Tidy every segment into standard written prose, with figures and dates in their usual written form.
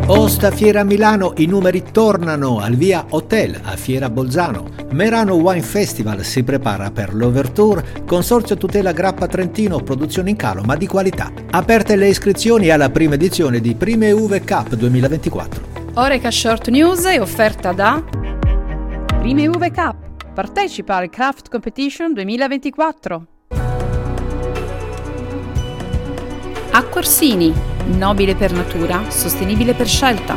Osta Fiera a Milano, i numeri tornano al Via Hotel a Fiera Bolzano. Merano Wine Festival si prepara per l'Overtour. Consorzio tutela Grappa Trentino, produzione in calo ma di qualità. Aperte le iscrizioni alla prima edizione di Prime Uve Cup 2024. Oreca Short News è offerta da Prime Uve Cup. Partecipa al Craft Competition 2024. Acqua Orsini, nobile per natura, sostenibile per scelta.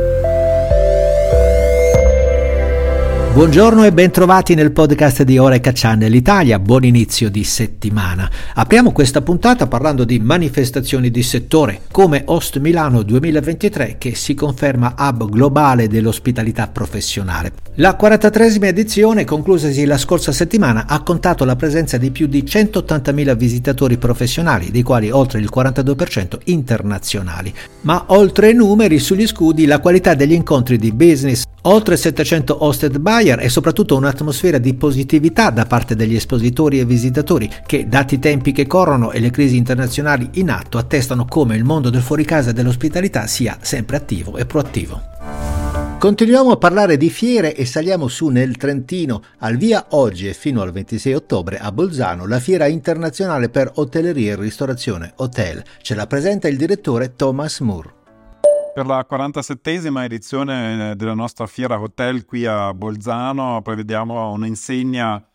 Buongiorno e bentrovati nel podcast di Oreca Channel Italia, buon inizio di settimana. Apriamo questa puntata parlando di manifestazioni di settore, come Host Milano 2023 che si conferma hub globale dell'ospitalità professionale. La 43esima edizione, conclusasi la scorsa settimana, ha contato la presenza di più di 180.000 visitatori professionali, dei quali oltre il 42% internazionali. Ma oltre ai numeri sugli scudi, la qualità degli incontri di business, oltre 700 hosted buyer e soprattutto un'atmosfera di positività da parte degli espositori e visitatori che, dati i tempi che corrono e le crisi internazionali in atto, attestano come il mondo del fuoricasa e dell'ospitalità sia sempre attivo e proattivo. Continuiamo a parlare di fiere e saliamo su nel Trentino. Al via oggi e fino al 26 ottobre a Bolzano la fiera internazionale per hotelleria e ristorazione Hotel. Ce la presenta il direttore Thomas Moore. Per la 47esima edizione della nostra fiera Hotel qui a Bolzano prevediamo un'insegna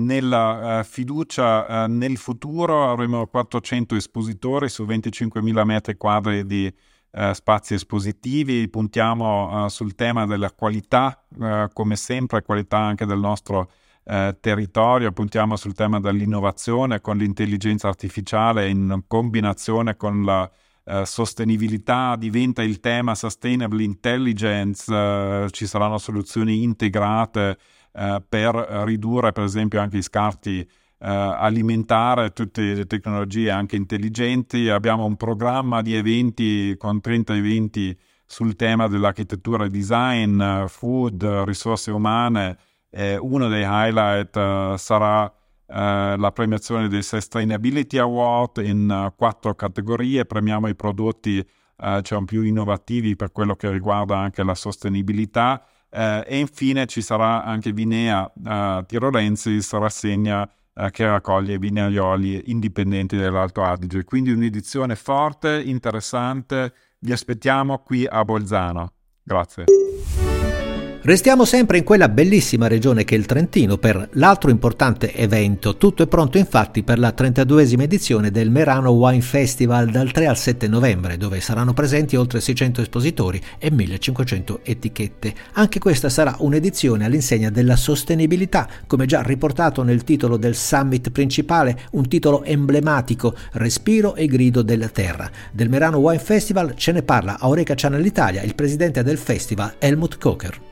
nella fiducia nel futuro. Avremo 400 espositori su 25.000 metri quadri di spazi espositivi. Puntiamo sul tema della qualità, come sempre, qualità anche del nostro territorio. Puntiamo sul tema dell'innovazione con l'intelligenza artificiale in combinazione con la sostenibilità. Diventa il tema Sustainable Intelligence. Ci saranno soluzioni integrate per ridurre per esempio anche i scarti alimentare, tutte le tecnologie anche intelligenti. Abbiamo un programma di eventi con 30 eventi sul tema dell'architettura e design, food, risorse umane. Uno dei highlight sarà la premiazione del Sustainability Award in 4 categorie. Premiamo i prodotti più innovativi per quello che riguarda anche la sostenibilità, e infine ci sarà anche Vinea Tirolensis, rassegna che raccoglie vinaioli indipendenti dell'Alto Adige. Quindi un'edizione forte, interessante. Vi aspettiamo qui a Bolzano. Grazie. Restiamo sempre in quella bellissima regione che è il Trentino per l'altro importante evento. Tutto è pronto infatti per la 32esima edizione del Merano Wine Festival dal 3 al 7 novembre, dove saranno presenti oltre 600 espositori e 1500 etichette. Anche questa sarà un'edizione all'insegna della sostenibilità, come già riportato nel titolo del summit principale, un titolo emblematico, Respiro e grido della terra. Del Merano Wine Festival ce ne parla a Oreca Channel Italia il presidente del festival, Helmut Kocher.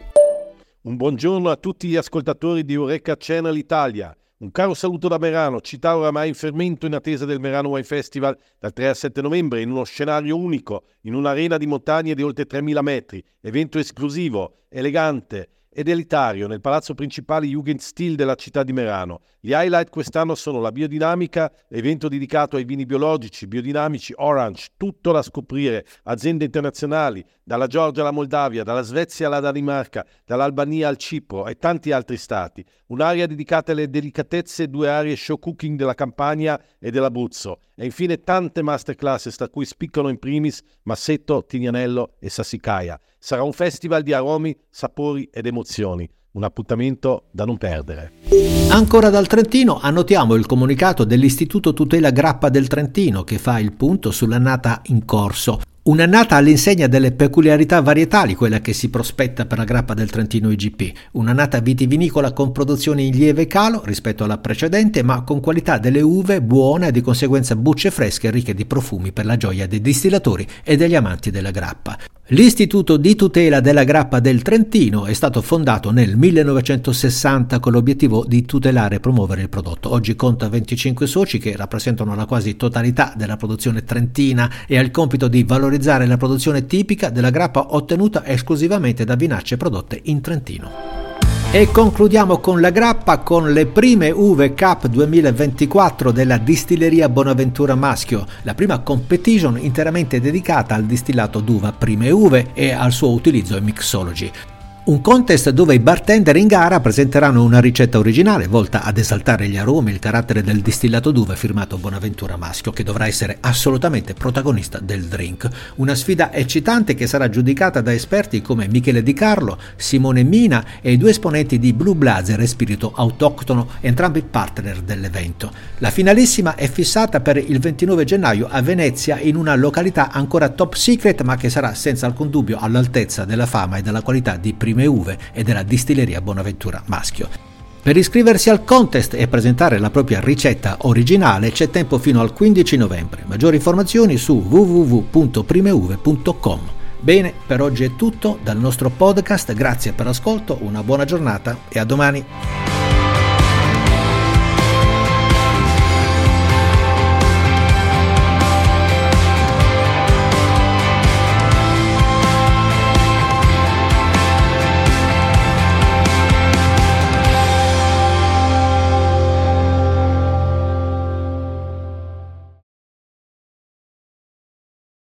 Un buongiorno a tutti gli ascoltatori di Oreca Channel Italia. Un caro saluto da Merano, città oramai in fermento in attesa del Merano Wine Festival dal 3 al 7 novembre in uno scenario unico, in un'arena di montagne di oltre 3.000 metri, evento esclusivo, elegante ed elitario nel palazzo principale Jugendstil della città di Merano. Gli highlight quest'anno sono la biodinamica, evento dedicato ai vini biologici, biodinamici, Orange, tutto da scoprire, aziende internazionali, dalla Georgia alla Moldavia, dalla Svezia alla Danimarca, dall'Albania al Cipro e tanti altri stati. Un'area dedicata alle delicatezze, 2 aree show cooking della Campania e dell'Abruzzo. E infine tante masterclasses, tra cui spiccano in primis Massetto, Tignanello e Sassicaia. Sarà un festival di aromi, sapori ed emozioni. Un appuntamento da non perdere. Ancora dal Trentino annotiamo il comunicato dell'Istituto Tutela Grappa del Trentino che fa il punto sull'annata in corso. Un'annata all'insegna delle peculiarità varietali, quella che si prospetta per la grappa del Trentino IGP. Un'annata vitivinicola con produzioni in lieve calo rispetto alla precedente, ma con qualità delle uve buona e di conseguenza bucce fresche e ricche di profumi per la gioia dei distillatori e degli amanti della grappa. L'Istituto di tutela della grappa del Trentino è stato fondato nel 1960 con l'obiettivo di tutelare e promuovere il prodotto. Oggi conta 25 soci che rappresentano la quasi totalità della produzione trentina e ha il compito di valorizzare la produzione tipica della grappa ottenuta esclusivamente da vinacce prodotte in Trentino. E concludiamo con la grappa con le prime Uve Cup 2024 della distilleria Bonaventura Maschio, la prima competition interamente dedicata al distillato d'uva prime uve e al suo utilizzo in mixology. Un contest dove i bartender in gara presenteranno una ricetta originale volta ad esaltare gli aromi e il carattere del distillato d'uva firmato Bonaventura Maschio, che dovrà essere assolutamente protagonista del drink. Una sfida eccitante che sarà giudicata da esperti come Michele Di Carlo, Simone Mina e i due esponenti di Blue Blazer e Spirito Autoctono, entrambi partner dell'evento. La finalissima è fissata per il 29 gennaio a Venezia in una località ancora top secret, ma che sarà senza alcun dubbio all'altezza della fama e della qualità di prime uve e della distilleria Bonaventura Maschio. Per iscriversi al contest e presentare la propria ricetta originale c'è tempo fino al 15 novembre. Maggiori informazioni su www.primeuve.com. Bene, per oggi è tutto dal nostro podcast, grazie per l'ascolto, una buona giornata e a domani.